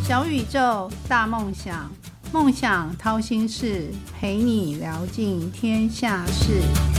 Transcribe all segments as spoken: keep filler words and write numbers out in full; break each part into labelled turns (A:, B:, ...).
A: 小宇宙大梦想，梦想掏心事，陪你聊尽天下事。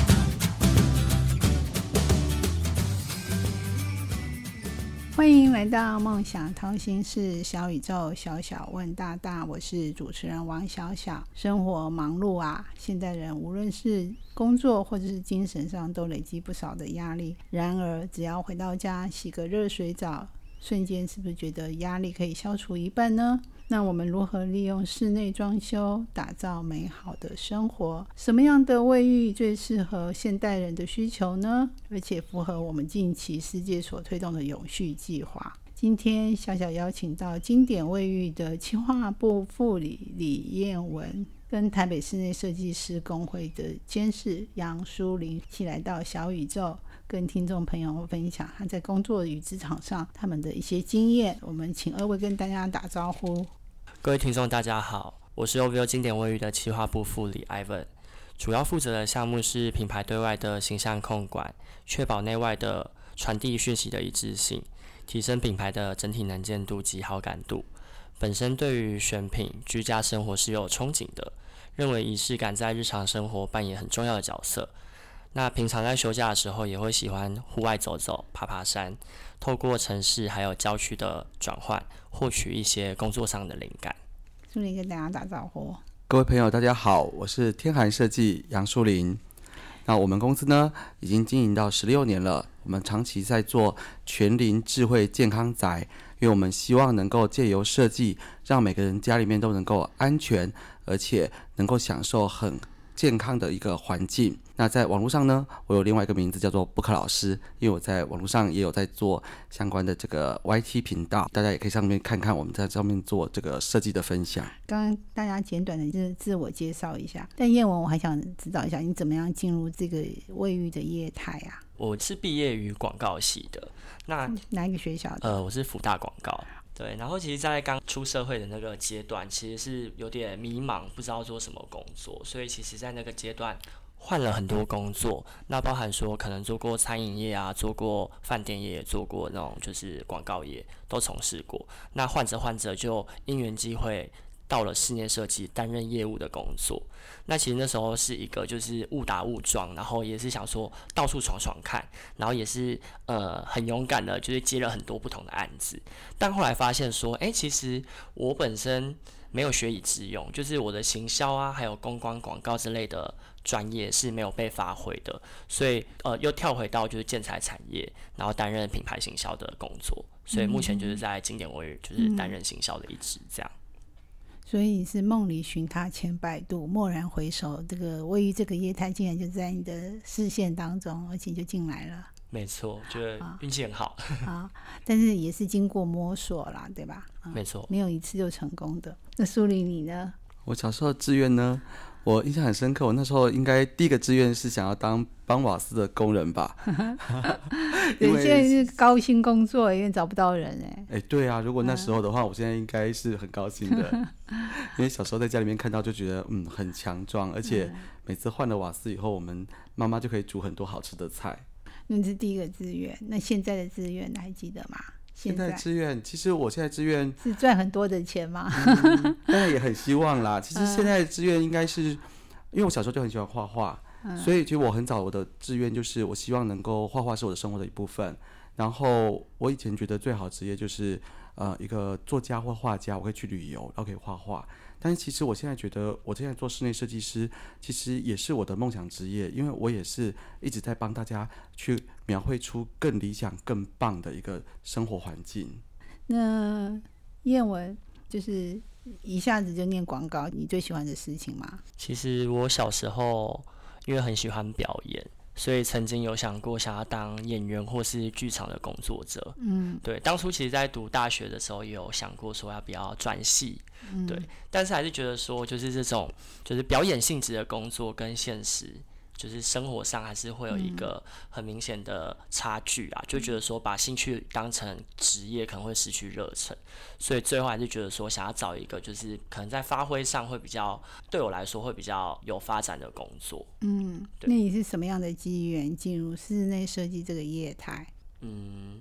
A: 欢迎来到梦想掏心事，小宇宙小小问大大，我是主持人王小小。生活忙碌啊，现代人无论是工作或者是精神上都累积不少的压力，然而只要回到家洗个热水澡，瞬间是不是觉得压力可以消除一半呢？那我们如何利用室内装修打造美好的生活？什么样的卫浴最适合现代人的需求呢？而且符合我们近期世界所推动的永续计划。今天小小邀请到经典卫浴的企划部副理李燕文，跟台北室内设计师公会的监事杨淑玲一起来到小宇宙，跟听众朋友分享他在工作与职场上他们的一些经验。我们请二位跟大家打招呼。
B: 各位听众大家好，我是 O V O 经典卫浴的企划部副理 Ivan， 主要负责的项目是品牌对外的形象控管，确保内外的传递讯息的一致性，提升品牌的整体能见度及好感度。本身对于选品居家生活是有憧憬的，认为仪式感在日常生活扮演很重要的角色。那平常在休假的时候也会喜欢户外走走爬爬山，透过城市还有郊区的转换获取一些工作上的灵感。
A: 淑玲跟大家打招呼。
C: 各位朋友大家好，我是天寒设计杨淑玲。那我们公司呢已经经营到十六年了，我们长期在做全龄智慧健康宅，因为我们希望能够借由设计让每个人家里面都能够安全，而且能够享受很健康的一个环境。那在网络上呢，我有另外一个名字叫做布克老师，因为我在网络上也有在做相关的这个 Y T 频道，大家也可以上面看看我们在上面做这个设计的分享。
A: 刚刚大家简短的就是自我介绍一下，但燕文我还想知道一下，你怎么样进入这个卫浴的业态啊？
B: 我是毕业于广告系的，那
A: 哪一个学校的？
B: 呃，我是福大广告。对，然后其实在刚出社会的那个阶段，其实是有点迷茫，不知道做什么工作，所以其实在那个阶段换了很多工作，那包含说可能做过餐饮业啊，做过饭店业，也做过那种就是广告业，都从事过。那换着换着就因缘机会到了室内设计担任业务的工作。那其实那时候是一个就是误打误撞，然后也是想说到处闯闯看，然后也是呃很勇敢的，就是接了很多不同的案子。但后来发现说，哎，其实我本身没有学以致用，就是我的行销啊，还有公关广告之类的专业是没有被发挥的，所以呃又跳回到就是建材产业，然后担任品牌行销的工作。所以目前就是在经典卫浴就是担任行销的一职这样。
A: 所以你是梦里寻他千百度，蓦然回首，这个卫浴这个业态竟然就在你的视线当中，而且就进来了。
B: 没错，觉得运气很好。
A: 啊，但是也是经过摸索啦，对吧？啊、
B: 没错，
A: 没有一次就成功的。那淑玲你呢？
C: 我小时候的志愿呢，我印象很深刻，我那时候应该第一个志愿是想要当帮瓦斯的工人吧。
A: 对，现在是高薪工作，因为找不到人哎。
C: 哎，对啊，如果那时候的话，嗯、我现在应该是很高兴的，因为小时候在家里面看到就觉得嗯很强壮，而且每次换了瓦斯以后，我们妈妈就可以煮很多好吃的菜。
A: 那是第一个志愿，那现在的志愿还记得吗？
C: 现在志愿，其实我现在志愿
A: 是赚很多的钱吗？
C: 嗯、当然也很希望啦。其实现在的志愿应该是，因为我小时候就很喜欢画画，嗯、所以其实我很早我的志愿就是我希望能够画画是我的生活的一部分。然后我以前觉得最好职业就是呃一个作家或画家，我可以去旅游，然后可以画画。但是其实我现在觉得，我现在做室内设计师，其实也是我的梦想职业，因为我也是一直在帮大家去描绘出更理想、更棒的一个生活环境。
A: 那燕文就是一下子就念广告，你最喜欢的事情吗？
B: 其实我小时候因为很喜欢表演，所以曾经有想过想要当演员或是剧场的工作者。嗯，对，当初其实在读大学的时候也有想过说要不要转系，嗯、对，但是还是觉得说就是这种就是表演性质的工作跟现实就是生活上还是会有一个很明显的差距啊，就觉得说把兴趣当成职业可能会失去热忱，所以最后还是觉得说想要找一个就是可能在发挥上会比较对我来说会比较有发展的工作。
A: 嗯，那你是什么样的机缘进入室内设计这个业态？
B: 嗯，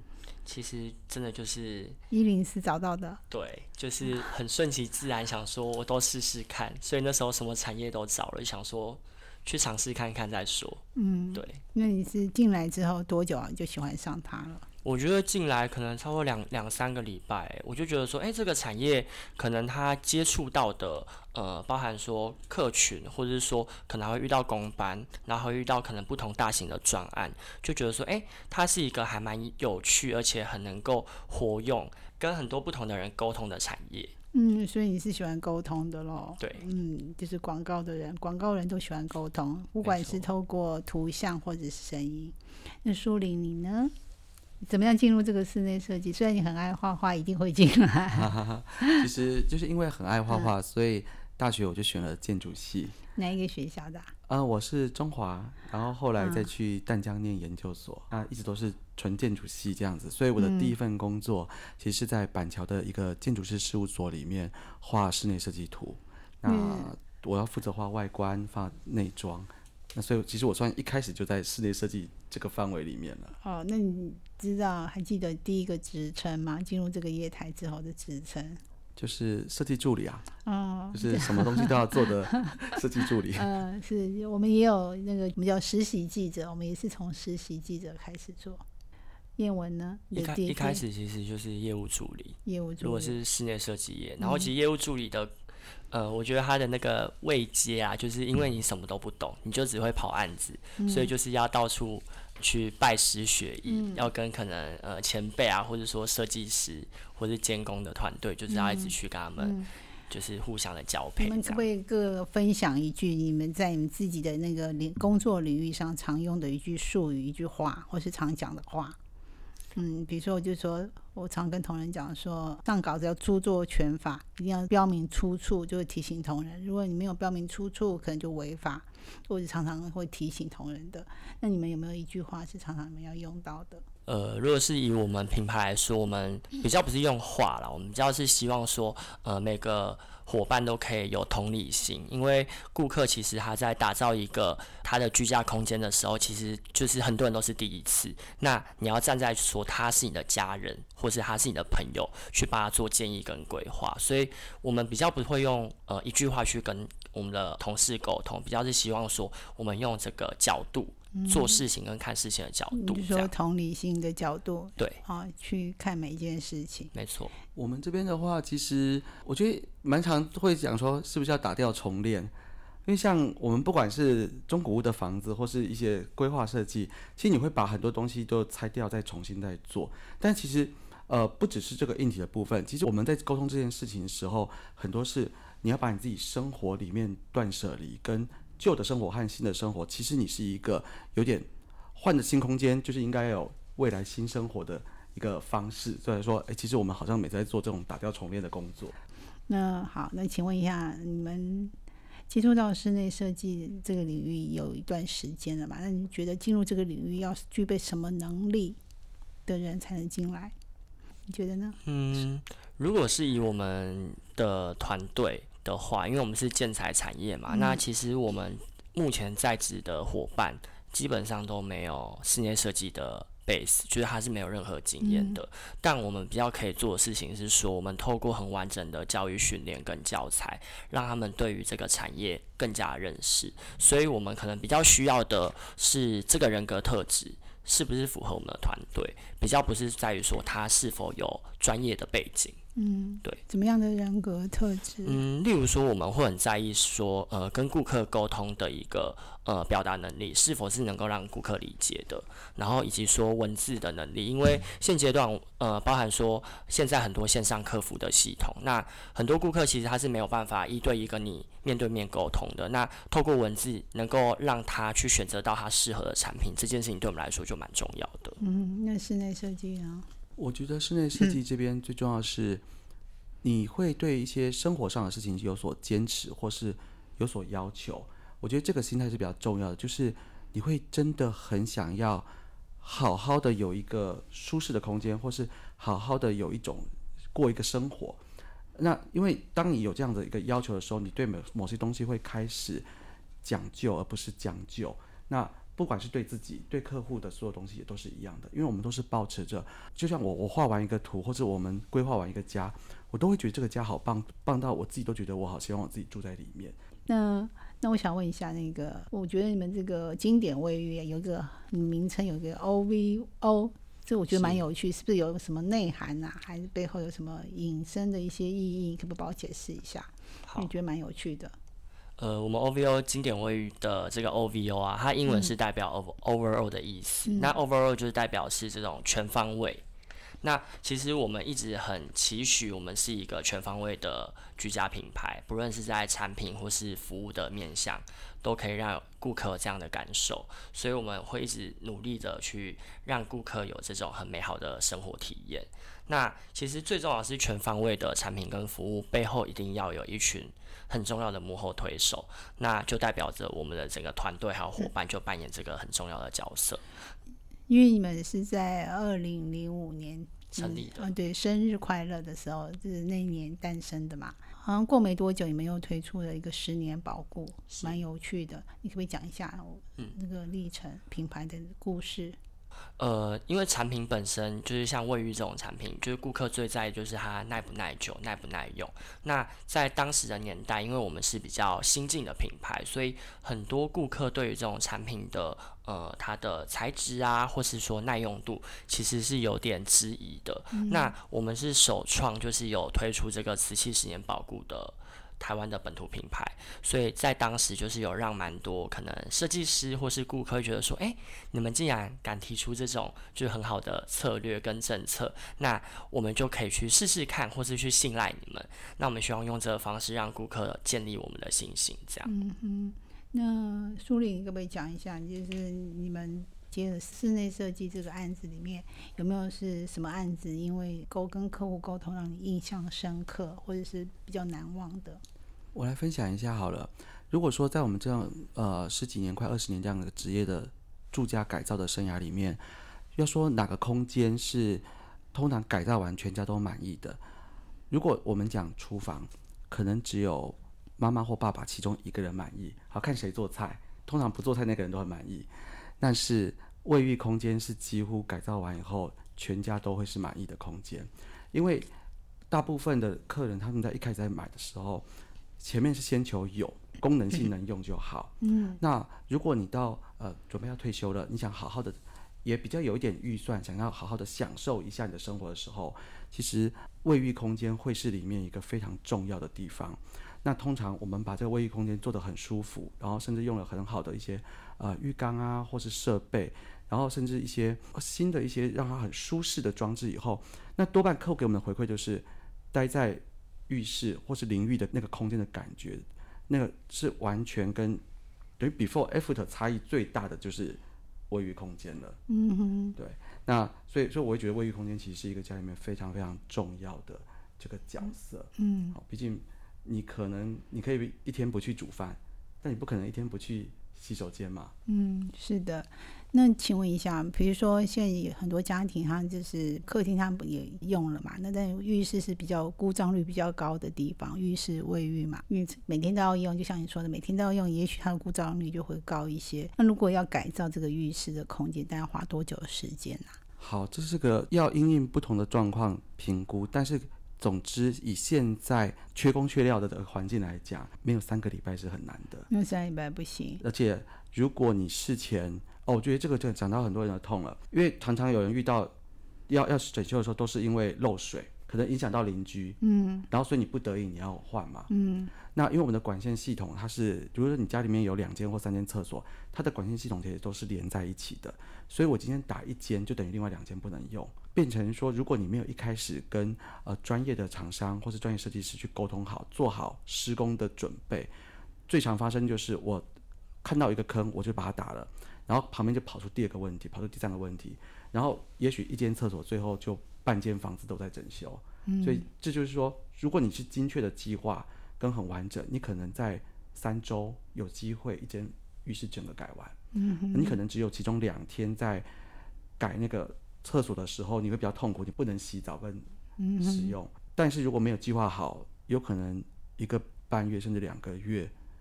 B: 其实真的就是
A: 一零四找到的，
B: 对，就是很顺其自然，想说我都试试看，所以那时候什么产业都找了，想说去尝试看看再说。
A: 嗯，
B: 对。
A: 那你是进来之后多久啊你就喜欢上它了？
B: 我觉得进来可能超过两两三个礼拜，我就觉得说，哎、欸，这个产业可能他接触到的，呃，包含说客群，或者是说可能还会遇到公班，然后会遇到可能不同大型的专案，就觉得说，哎、欸，它是一个还蛮有趣，而且很能够活用，跟很多不同的人沟通的产业。
A: 嗯，所以你是喜欢沟通的咯。
B: 对，
A: 嗯，就是广告的人，广告人都喜欢沟通，不管是透过图像或者是声音。那舒玲你呢？怎么样进入这个室内设计？虽然你很爱画画，一定会进来。
C: 其实就是因为很爱画画、嗯，所以大学我就选了建筑系。
A: 哪一个学校的、啊？
C: 呃，我是中华，然后后来再去淡江念研究所，那、嗯、一直都是纯建筑系这样子。所以我的第一份工作其实是在板桥的一个建筑师事务所里面画室内设计图。那我要负责画外观、画内装。那所以其实我算一开始就在室内设计这个范围里面了。
A: 哦，那你知道还记得第一个职称吗？进入这个业台之后的职称
C: 就是设计助理啊。
A: 哦，
C: 就是什么东西都要做的设计助理。
A: 嗯，是我们也有那个我们叫实习记者，我们也是从实习记者开始做。燕文呢？
B: 一开一开始其实就是业务助理，
A: 业务助理
B: 如果是室内设计业，然后其实业务助理的。呃，我觉得他的那个位阶啊，就是因为你什么都不懂，你就只会跑案子，嗯、所以就是要到处去拜师学艺，嗯、要跟可能呃前辈啊，或者说设计师或者监工的团队，就是要一直去跟他们就是互相的交配。
A: 你们可不可以各分享一句你们在你们自己的那个工作领域上常用的一句术语、一句话，或是常讲的话？嗯，比如说我就说我常跟同仁讲说，上稿子要著作权法，一定要标明出处，就会提醒同仁，如果你没有标明出处可能就违法，或者常常会提醒同仁的。那你们有没有一句话是常常你们要用到的？
B: 呃，如果是以我们品牌来说，我们比较不是用话啦，我们比较是希望说呃每个伙伴都可以有同理心，因为顾客其实他在打造一个他的居家空间的时候，其实就是很多人都是第一次。那你要站在说他是你的家人，或是他是你的朋友，去帮他做建议跟规划。所以我们比较不会用呃一句话去跟我们的同事沟通，比较是希望说我们用这个角度。做事情跟看事情的角度，
A: 你就说同理心的角度，
B: 对
A: 啊，去看每一件事情。
B: 没错。
C: 我们这边的话，其实我觉得蛮常会讲说，是不是要打掉重练？因为像我们不管是中古屋的房子，或是一些规划设计，其实你会把很多东西都拆掉，再重新再做。但其实呃，不只是这个硬体的部分，其实我们在沟通这件事情的时候，很多是你要把你自己生活里面断舍离跟。旧的生活和新的生活，其实你是一个有点换的新空间，就是应该有未来新生活的一个方式。所以说，哎，其实我们好像每次在做这种打掉重练的工作。
A: 那好，那请问一下，你们接触到室内设计这个领域有一段时间了嘛？那你觉得进入这个领域要具备什么能力的人才能进来？你觉得呢？
B: 嗯，如果是以我们的团队的话，因为我们是建材产业嘛、嗯，那其实我们目前在职的伙伴基本上都没有室内设计的 base， 就是他是没有任何经验的、嗯。但我们比较可以做的事情是说，我们透过很完整的教育训练跟教材，让他们对于这个产业更加认识。所以我们可能比较需要的是这个人格特质是不是符合我们的团队，比较不是在于说他是否有专业的背景。
A: 嗯，
B: 对，
A: 怎么样的人格特质？
B: 嗯，例如说我们会很在意说，呃，跟顾客沟通的一个呃表达能力是否是能够让顾客理解的，然后以及说文字的能力，因为现阶段呃包含说现在很多线上客服的系统，那很多顾客其实他是没有办法一对一跟你面对面沟通的，那透过文字能够让他去选择到他适合的产品，这件事情对我们来说就蛮重要的。
A: 嗯，那室内设计呢？
C: 我觉得室内设计这边最重要的是，你会对一些生活上的事情有所坚持，或是有所要求。我觉得这个心态是比较重要的，就是你会真的很想要好好的有一个舒适的空间，或是好好的有一种过一个生活。那因为当你有这样的一个要求的时候，你对某某些东西会开始讲究，而不是将就。那不管是对自己对客户的所有东西也都是一样的，因为我们都是抱持着，就像我我画完一个图，或者我们规划完一个家，我都会觉得这个家好棒，棒到我自己都觉得我好希望我自己住在里面。
A: 那那我想问一下，那个我觉得你们这个经典卫浴有一个名称，有一个 O V O， 这我觉得蛮有趣，是不是有什么内涵啊？还是背后有什么引申的一些意义？可不可以帮我解释一下？
B: 好，
A: 我觉得蛮有趣的。
B: 呃，我们 O V O 经典卫浴的这个 O V O 啊，它英文是代表 overall 的意思，嗯、那 overall 就是代表是这种全方位。那其实我们一直很期许我们是一个全方位的居家品牌，不论是在产品或是服务的面向，都可以让顾客有这样的感受，所以我们会一直努力的去让顾客有这种很美好的生活体验。那其实最重要的是全方位的产品跟服务背后一定要有一群很重要的幕后推手，那就代表着我们的整个团队还有伙伴就扮演这个很重要的角色。
A: 因为你们是在二零零五年
B: 成立的，
A: 嗯，对，生日快乐的时候，就是那一年诞生的嘛。好像过没多久，你们又推出了一个十年保固，蛮有趣的。你可不可以讲一下嗯那个历程、品牌的故事？
B: 呃，因为产品本身就是像卫浴这种产品，就是顾客最在意就是它耐不耐久、耐不耐用。那在当时的年代，因为我们是比较新进的品牌，所以很多顾客对于这种产品的呃它的材质啊，或是说耐用度，其实是有点质疑的。嗯、那我们是首创，就是有推出这个瓷器十年保固的台湾的本土品牌，所以在当时就是有让蛮多可能设计师或是顾客觉得说，哎，你们竟然敢提出这种就是很好的策略跟政策，那我们就可以去试试看，或是去信赖你们。那我们希望用这个方式让顾客建立我们的信心，这样。
A: 嗯哼，那舒丽，你可不可以讲一下，就是你们接了室内设计这个案子里面，有没有是什么案子因为沟跟客户沟通让你印象深刻，或者是比较难忘的？
C: 我来分享一下好了。如果说在我们这样呃十几年、快二十年这样的职业的住家改造的生涯里面，要说哪个空间是通常改造完全家都满意的，如果我们讲厨房，可能只有妈妈或爸爸其中一个人满意，好看谁做菜，通常不做菜那个人都很满意。但是卫浴空间是几乎改造完以后，全家都会是满意的空间，因为大部分的客人他们在一开始在买的时候，前面是先求有功能性能用就好。嗯，那如果你到呃准备要退休了，你想好好的，也比较有一点预算，想要好好的享受一下你的生活的时候，其实卫浴空间会是里面一个非常重要的地方。那通常我们把这个卫浴空间做得很舒服，然后甚至用了很好的一些呃浴缸啊，或是设备，然后甚至一些新的一些让它很舒适的装置以后，那多半客户给我们的回馈就是待在浴室或是淋浴的那个空间的感觉，那个是完全跟等于 before after 差异最大的就是卫浴空间了。嗯哼，对。那所以所以我会觉得卫浴空间其实是一个家里面非常非常重要的这个角色。嗯，好，毕竟你可能你可以一天不去煮饭，但你不可能一天不去洗手间嘛。
A: 嗯，是的。那请问一下，比如说现在有很多家庭它就是客厅他们也用了嘛，那但浴室是比较故障率比较高的地方，浴室卫浴嘛，因为每天都要用，就像你说的每天都要用，也许它的故障率就会高一些。那如果要改造这个浴室的空间，大概花多久的时间啊？
C: 好，这是个要因应不同的状况评估，但是总之以现在缺工缺料的环境来讲，没有三个礼拜是很难的。
A: 没有三个礼拜不行。
C: 而且如果你事前哦，我觉得这个就讲到很多人的痛了，因为常常有人遇到要要整修的时候，都是因为漏水，可能影响到邻居，嗯，然后所以你不得已你要换嘛，嗯，那因为我们的管线系统它是，比如说你家里面有两间或三间厕所，它的管线系统其实都是连在一起的，所以我今天打一间就等于另外两间不能用，变成说如果你没有一开始跟呃专业的厂商或是专业设计师去沟通好，做好施工的准备，最常发生就是我看到一个坑我就把它打了。然后旁边就跑出第二个问题，跑出第三个问题，然后也许一间厕所最后就半间房子都在整修，嗯，所以这就是说，如果你是精确的计划跟很完整，你可能在三周有机会一间浴室整个改完，嗯，你可能只有其中两天在改那个厕所的时候，你会比较痛苦，你不能洗澡跟使用，嗯，但是如果没有计划好，有可能一个半月甚至两个月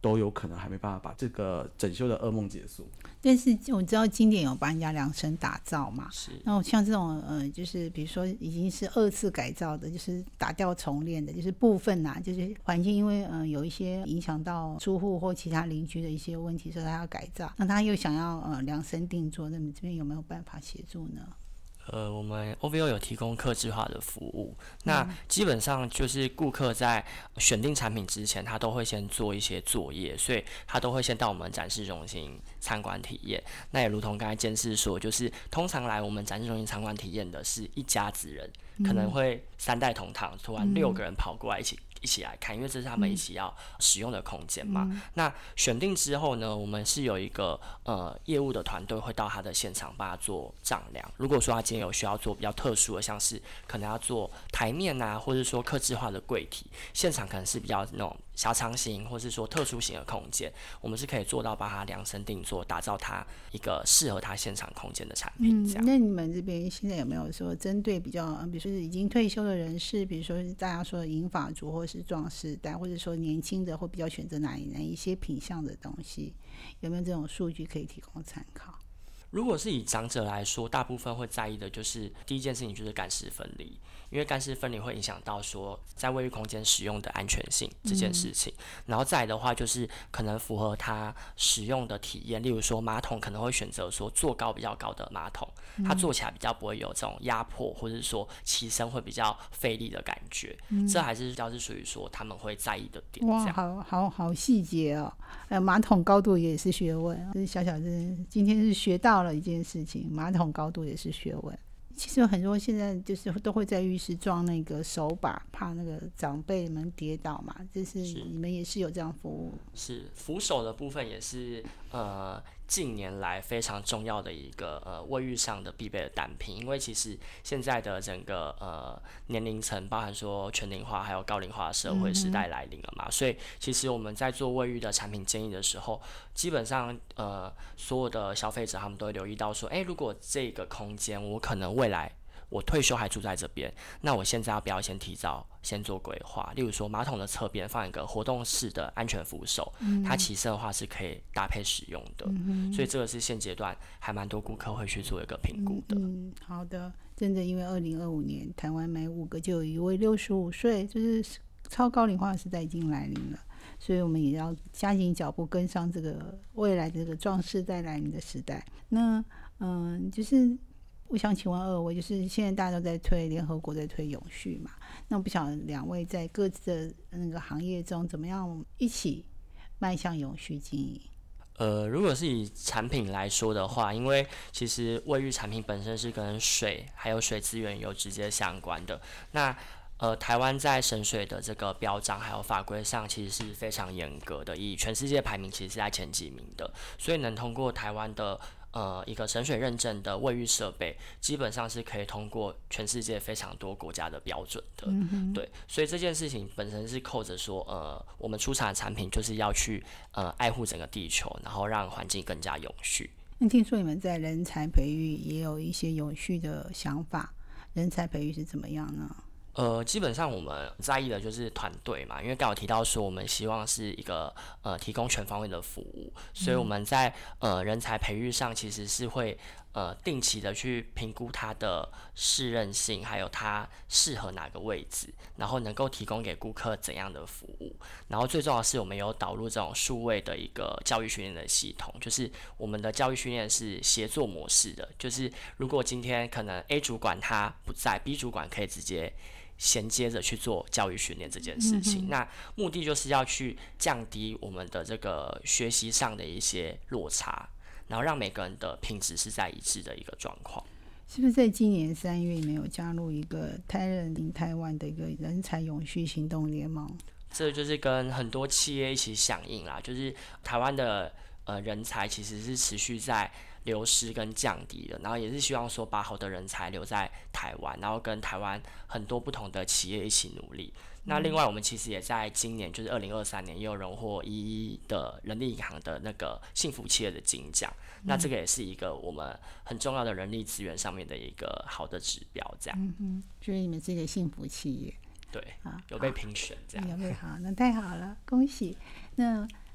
C: 都有可能还没办法把这个整修的噩梦结束。
A: 但是我知道经典有帮人家量身打造嘛，
B: 是。
A: 然后像这种呃，就是比如说已经是二次改造的，就是打掉重练的，就是部分啊，就是环境因为呃有一些影响到住户或其他邻居的一些问题，所以他要改造，那他又想要呃量身定做，那你这边有没有办法协助呢？
B: 呃，我们 O V O 有提供客制化的服务，那基本上就是顾客在选定产品之前，他都会先做一些作业，所以他都会先到我们展示中心参观体验。那也如同刚才监事说，就是通常来我们展示中心参观体验的是一家子人，嗯、可能会三代同堂，突然六个人跑过来一起。一起来看，因为这是他们一起要使用的空间嘛、嗯。那选定之后呢，我们是有一个呃业务的团队会到他的现场帮他做丈量。如果说他今天有需要做比较特殊的，像是可能要做台面啊，或者说客制化的柜体，现场可能是比较那种狭长型或是说特殊型的空间，我们是可以做到帮他量身定做，打造他一个适合他现场空间的产品。这样、
A: 嗯。那你们这边现在有没有说针对比较，比如说已经退休的人士，比如说大家说的银发族或是壮世代，或者说年轻的会比较选择哪哪一些品项的东西，有没有这种数据可以提供参考？
B: 如果是以长者来说，大部分会在意的就是第一件事情就是干湿分离，因为干湿分离会影响到说在卫浴空间使用的安全性这件事情、嗯、然后再来的话就是可能符合他使用的体验，例如说马桶可能会选择说坐高比较高的马桶，它坐起来比较不会有这种压迫，或者是说起身会比较费力的感觉、嗯、这还是比较是属于说他们会在意的点。
A: 哇，好好好细节哦！呃，马桶高度也是学问，就是小小的今天是学到了一件事情，马桶高度也是学问。其实有很多现在就是都会在浴室装那个手把，怕那个长辈们跌倒嘛，就是你们也是有这样服务？
B: 是，扶手的部分也是呃近年来非常重要的一个呃卫浴上的必备的单品，因为其实现在的整个呃年龄层，包含说全龄化还有高龄化的社会时代来临了嘛、嗯，所以其实我们在做卫浴的产品建议的时候，基本上呃所有的消费者他们都会留意到说，哎，如果这个空间我可能未来我退休还住在这边，那我现在要不要先提早先做规划？例如说马桶的侧边放一个活动式的安全扶手、嗯、它起身的话是可以搭配使用的、嗯、所以这个是现阶段还蛮多顾客会去做一个评估的。
A: 嗯, 嗯好的，真的因为二零二五年台湾每五个就有一位六十五岁，就是超高龄化的时代已经来临了，所以我们也要加紧脚步跟上这个未来这个壮世代来临的时代。那嗯，就是我想请问二位，就是现在大家都在推联合国在推永续嘛，那我不晓得两位在各自的那个行业中怎么样一起迈向永续经营？
B: 呃，如果是以产品来说的话，因为其实卫浴产品本身是跟水还有水资源有直接相关的，那呃，台湾在省水的这个标章还有法规上其实是非常严格的，以全世界排名其实是在前几名的，所以能通过台湾的呃一个省水认证的卫浴设备，基本上是可以通过全世界非常多国家的标准的、嗯、对，所以这件事情本身是扣着说呃我们出产的产品就是要去呃爱护整个地球，然后让环境更加永续。
A: 那听说你们在人才培育也有一些永续的想法，人才培育是怎么样呢？
B: 呃，基本上我们在意的就是团队嘛，因为刚好提到说我们希望是一个呃提供全方位的服务，所以我们在呃人才培育上其实是会呃定期的去评估他的适任性，还有他适合哪个位置，然后能够提供给顾客怎样的服务。然后最重要的是我们有导入这种数位的一个教育训练的系统，就是我们的教育训练是协作模式的，就是如果今天可能 A 主管他不在， B 主管可以直接衔接着去做教育训练这件事情、嗯、那目的就是要去降低我们的这个学习上的一些落差，然后让每个人的品质是在一致的一个状况。
A: 是不是在今年三月你们有加入一个Talent in Taiwan的一个人才永续行动联盟？
B: 这就是跟很多企业一起响应啦，就是台湾的呃人才其实是持续在流失跟降低的，然后也是希望说把好的人才留在台湾，然后跟台湾很多不同的企业一起努力。那另外我们其实也在今年就是二零二三年也有荣获一一的人力银行的那个幸福企业的金奖、嗯、那这个也是一个我们很重要的人力资源上面的一个好的指标这样。
A: 嗯嗯，所以你们是一个幸福企业。
B: 对、啊、有被评选这样。
A: 有被好，那太好了，恭喜。那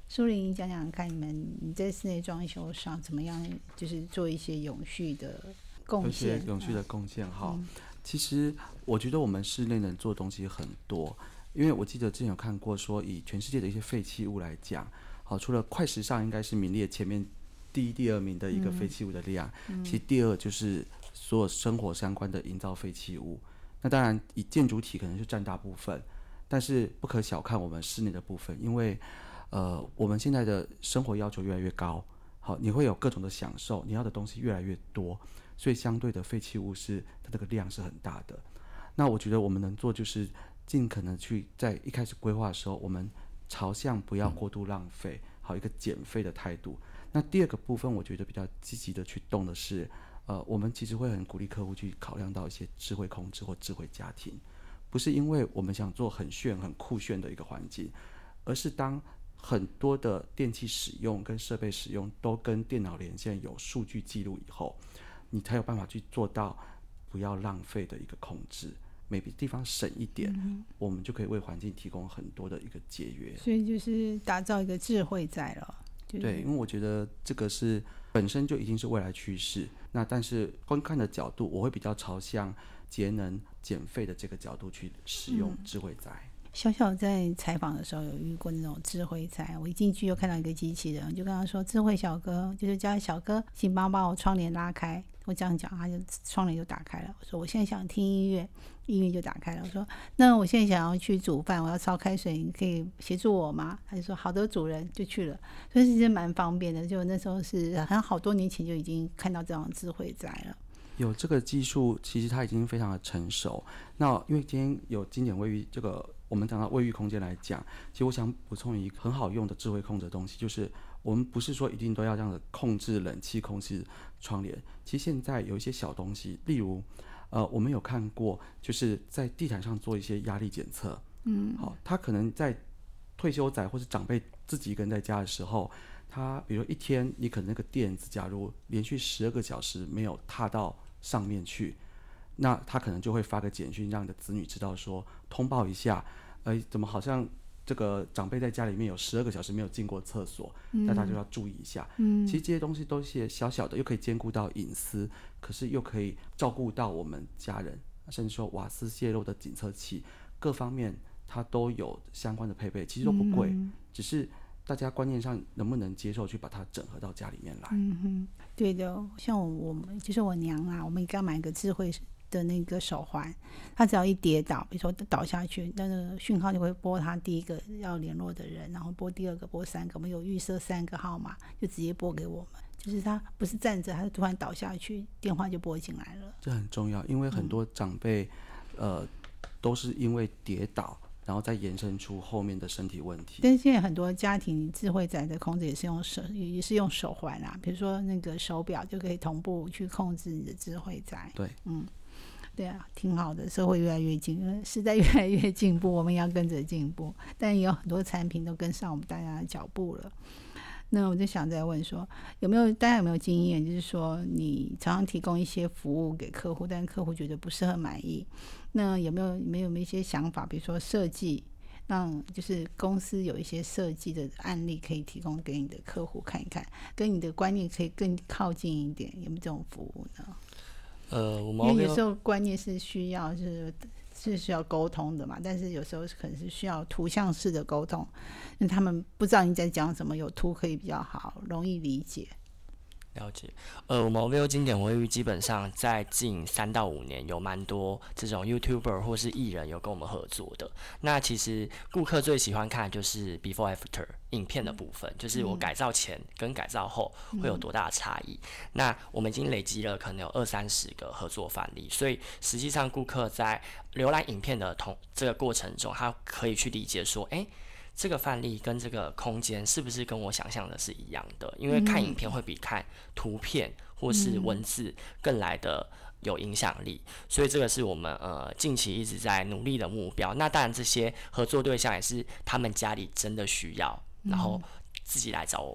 A: 苏玲，讲讲看，你们你在室内装修上怎么样，就是做一些永续的贡献？
C: 一些永续的贡献哈、
A: 嗯。
C: 其实我觉得我们室内能做的东西很多，因为我记得之前有看过说，以全世界的一些废弃物来讲，好，除了快时尚应该是名列前面第一、第二名的一个废弃物的量，嗯、其实第二就是所有生活相关的营造废弃物。那当然以建筑体可能是占大部分，但是不可小看我们室内的部分，因为呃我们现在的生活要求越来越高，好，你会有各种的享受，你要的东西越来越多，所以相对的废弃物是它这个量是很大的。那我觉得我们能做就是尽可能去在一开始规划的时候，我们朝向不要过度浪费，好一个减费的态度。那第二个部分，我觉得比较积极的去动的是，呃，我们其实会很鼓励客户去考量到一些智慧控制或智慧家庭，不是因为我们想做很炫、很酷炫的一个环境，而是当很多的电器使用跟设备使用都跟电脑连线有数据记录以后，你才有办法去做到不要浪费的一个控制。每个地方省一点、嗯、我们就可以为环境提供很多的一个节约，
A: 所以就是打造一个智慧在了、就是、
C: 对，因为我觉得这个是本身就已经是未来趋势，那但是观看的角度我会比较朝向节能减费的这个角度去使用智慧宅、嗯、
A: 小小在采访的时候有遇过那种智慧宅，我一进去又看到一个机器人，就跟他说智慧小哥，就是叫小哥请帮把我窗帘拉开，我这样讲他就窗帘就打开了。我说我现在想听音乐，音乐就打开了。我说那我现在想要去煮饭，我要烧开水，你可以协助我吗？他就说好的主人，就去了。所以其实蛮方便的，就那时候是好像好多年前就已经看到这种智慧宅了。
C: 有这个技术其实它已经非常的成熟。那因为今天有经典卫浴这个我们讲到卫浴空间来讲，其实我想补充一个很好用的智慧控制的东西，就是我们不是说一定都要这样的控制冷气、控制窗帘，其实现在有一些小东西，例如呃，我们有看过就是在地毯上做一些压力检测，嗯，好，他可能在退休仔或是长辈自己一个人在家的时候，他比如一天你可能那个垫子假如连续十二个小时没有踏到上面去，那他可能就会发个简讯让你的子女知道说通报一下，呃，怎么好像这个长辈在家里面有十二个小时没有进过厕所，那他就要注意一下。嗯，其实这些东西都是小小的，又可以兼顾到隐私，可是又可以照顾到我们家人，甚至说瓦斯泄漏的检测器，各方面它都有相关的配备，其实都不贵，嗯、只是大家观念上能不能接受去把它整合到家里面来。
A: 嗯哼，对的，像我我们就是我娘啊，我们刚买一个智慧的那个手环，他只要一跌倒，比如说倒下去，那个讯号就会拨他第一个要联络的人，然后拨第二个，拨三个，我们有预设三个号码，就直接拨给我们。就是他不是站着，他突然倒下去，电话就拨进来了。
C: 这很重要，因为很多长辈、嗯、呃都是因为跌倒，然后再延伸出后面的身体问题。
A: 但是现在很多家庭智慧宅的控制也是用手，也是用手环啊，比如说那个手表就可以同步去控制你的智慧宅。
C: 对，
A: 嗯。对啊，挺好的，社会越来越进，时代越来越进步，我们也要跟着进步。但也有很多产品都跟上我们大家的脚步了。那我就想再问说，有没有大家有没有经验，就是说你常常提供一些服务给客户，但客户觉得不是很满意，那有没有没有一些想法，比如说设计，让就是公司有一些设计的案例可以提供给你的客户看一看，跟你的观念可以更靠近一点，有没有这种服务呢？
B: 呃，我们
A: 因为有时候观念是需要是是需要沟通的嘛，但是有时候可能是需要图像式的沟通，因为他们不知道你在讲什么，有图可以比较好，容易理解。
B: 了解，呃，我们 O V O 经典卫浴基本上在近三到五年有蛮多这种 YouTuber 或是艺人有跟我们合作的。那其实顾客最喜欢看的就是 Before After 影片的部分，就是我改造前跟改造后会有多大的差异。嗯、那我们已经累积了可能有二三十个合作范例，所以实际上顾客在浏览影片的同这个过程中，他可以去理解说，哎、欸。这个范例跟这个空间是不是跟我想象的是一样的？因为看影片会比看图片或是文字更来的有影响力，所以这个是我们呃近期一直在努力的目标。那当然，这些合作对象也是他们家里真的需要，然后自己来找我们，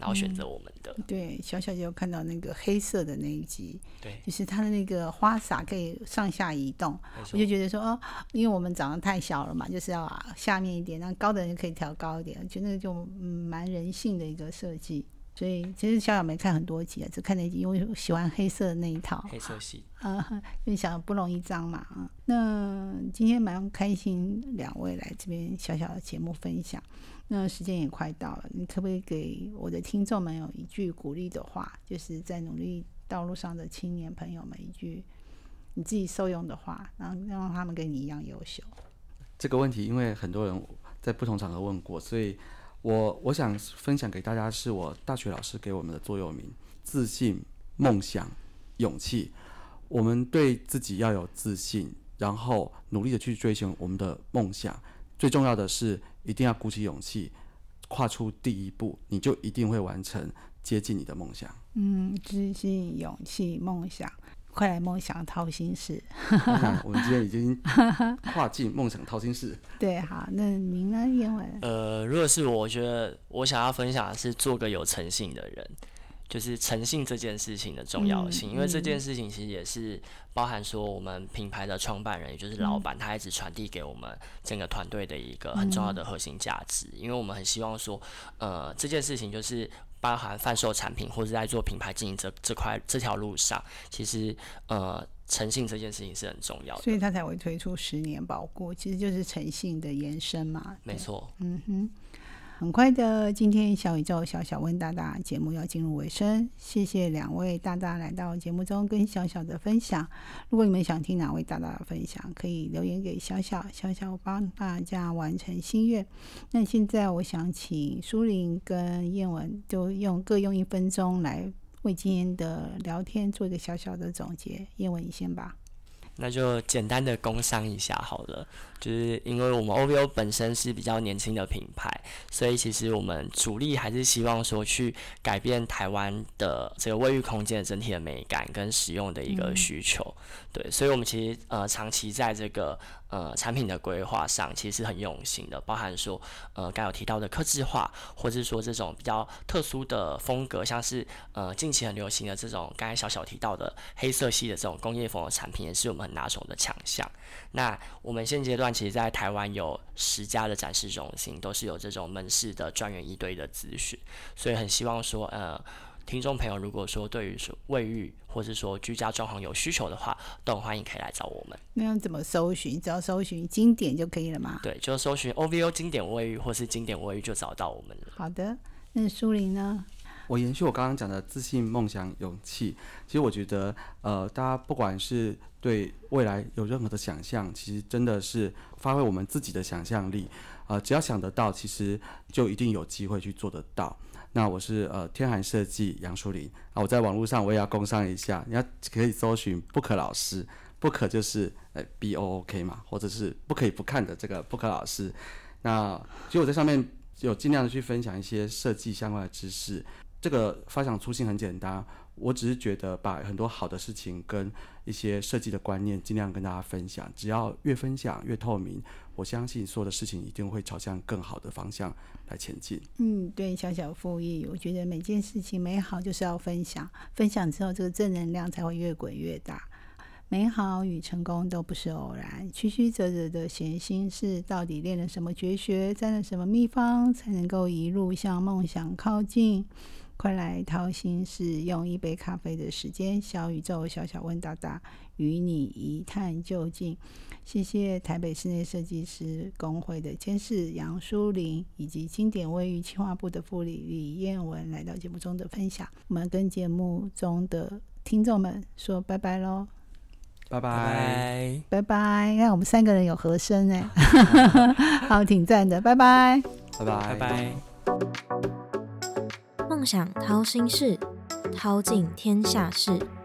B: 然后选择我们的。
A: 嗯、对，小小就有看到那个黑色的那一集，
B: 对，
A: 就是它的那个花洒可以上下移动，我就觉得说哦，因为我们长得太小了嘛，就是要下面一点，那高的人可以调高一点，我觉得那个就嗯蛮人性的一个设计。所以其实小小没看很多集啊，只看那集，因为我喜欢黑色的那一套
B: 黑色系，
A: 呃，因为小不容易脏嘛。嗯，那今天蛮开心，两位来这边小小的节目分享。那时间也快到了，你可不可以给我的听众们有一句鼓励的话，就是在努力道路上的青年朋友们一句你自己受用的话，然后让他们跟你一样优秀？
C: 这个问题因为很多人在不同场合问过，所以我我想分享给大家是我大学老师给我们的座右铭：自信、梦想、勇气。我们对自己要有自信，然后努力的去追寻我们的梦想。最重要的是一定要鼓起勇气，跨出第一步，你就一定会完成接近你的梦想。
A: 嗯，自信、勇气、梦想，快来梦想掏心事。
C: 我们今天已经跨进梦想掏心事。
A: 对，好，那您呢，燕文？
B: 呃，如果是我，我觉得我想要分享的是做个有诚信的人，就是诚信这件事情的重要性，
A: 嗯、
B: 因为这件事情其实也是包含说我们品牌的创办人，也就是老板，他一直传递给我们整个团队的一个很重要的核心价值，因为我们很希望说，呃，这件事情就是包含贩售产品或者在做品牌经营这这块这条路上，其实呃。诚信这件事情是很重要的，
A: 所以他才会推出十年保固，其实就是诚信的延伸嘛。
B: 没错，
A: 嗯哼。很快的，今天小宇宙小小问大大节目要进入尾声，谢谢两位大大来到节目中跟小小的分享。如果你们想听哪位大大的分享，可以留言给小小，小小帮大家完成心愿。那现在我想请舒琳跟燕文就用各用一分钟来为今天的聊天做一个小小的总结。燕文你先吧。
B: 那就简单的工商一下好了，就是因为我们 O V O 本身是比较年轻的品牌，所以其实我们主力还是希望说去改变台湾的这个卫浴空间的整体的美感跟使用的一个需求。嗯、对，所以我们其实呃长期在这个呃产品的规划上其实是很用心的，包含说呃刚有提到的客制化，或是说这种比较特殊的风格，像是呃近期很流行的这种刚才小小提到的黑色系的这种工业风的产品，也是我们很拿手的强项。那我们现阶段其实在台湾有十家的展示中心，都是有这种门市的专员一对的咨询，所以很希望说呃听众朋友如果说对于说卫浴或是说居家装潢有需求的话，都很欢迎可以来找我们。
A: 那要怎么搜寻？只要搜寻经典就可以了吗？
B: 对，就搜寻 O V O 经典卫浴或是经典卫浴就找到我们了。
A: 好的，那舒琳呢？
C: 我延续我刚刚讲的自信、梦想、勇气。其实我觉得，呃，大家不管是对未来有任何的想象，其实真的是发挥我们自己的想象力。呃，只要想得到，其实就一定有机会去做得到。那我是呃天寒设计杨淑玲啊，我在网络上我也要工商一下，你要可以搜寻 Book 老师 ，Book 就是呃 B O O K 嘛，或者是不可以不看的这个 Book 老师。那其实我在上面有尽量的去分享一些设计相关的知识。这个发想初心很简单，我只是觉得把很多好的事情跟一些设计的观念尽量跟大家分享，只要越分享越透明，我相信所有的事情一定会朝向更好的方向来前进。
A: 嗯，对，小小复议，我觉得每件事情美好就是要分享，分享之后这个正能量才会越滚越大。美好与成功都不是偶然，曲曲折折的闲心事，到底练了什么绝学，沾了什么秘方，才能够一路向梦想靠近？快来掏心事，用一杯咖啡的时间，小宇宙小小问大大，与你一探究竟。谢谢台北室内设计师工会的监事杨淑玲，以及经典卫浴企划部的副理李燕文来到节目中的分享。我们跟节目中的听众们说拜拜咯。
C: 拜拜
A: 拜拜。看我们三个人有和声哎，好，挺赞的。拜拜
C: 拜拜
B: 拜拜。
D: 梦想掏心事，掏尽天下事。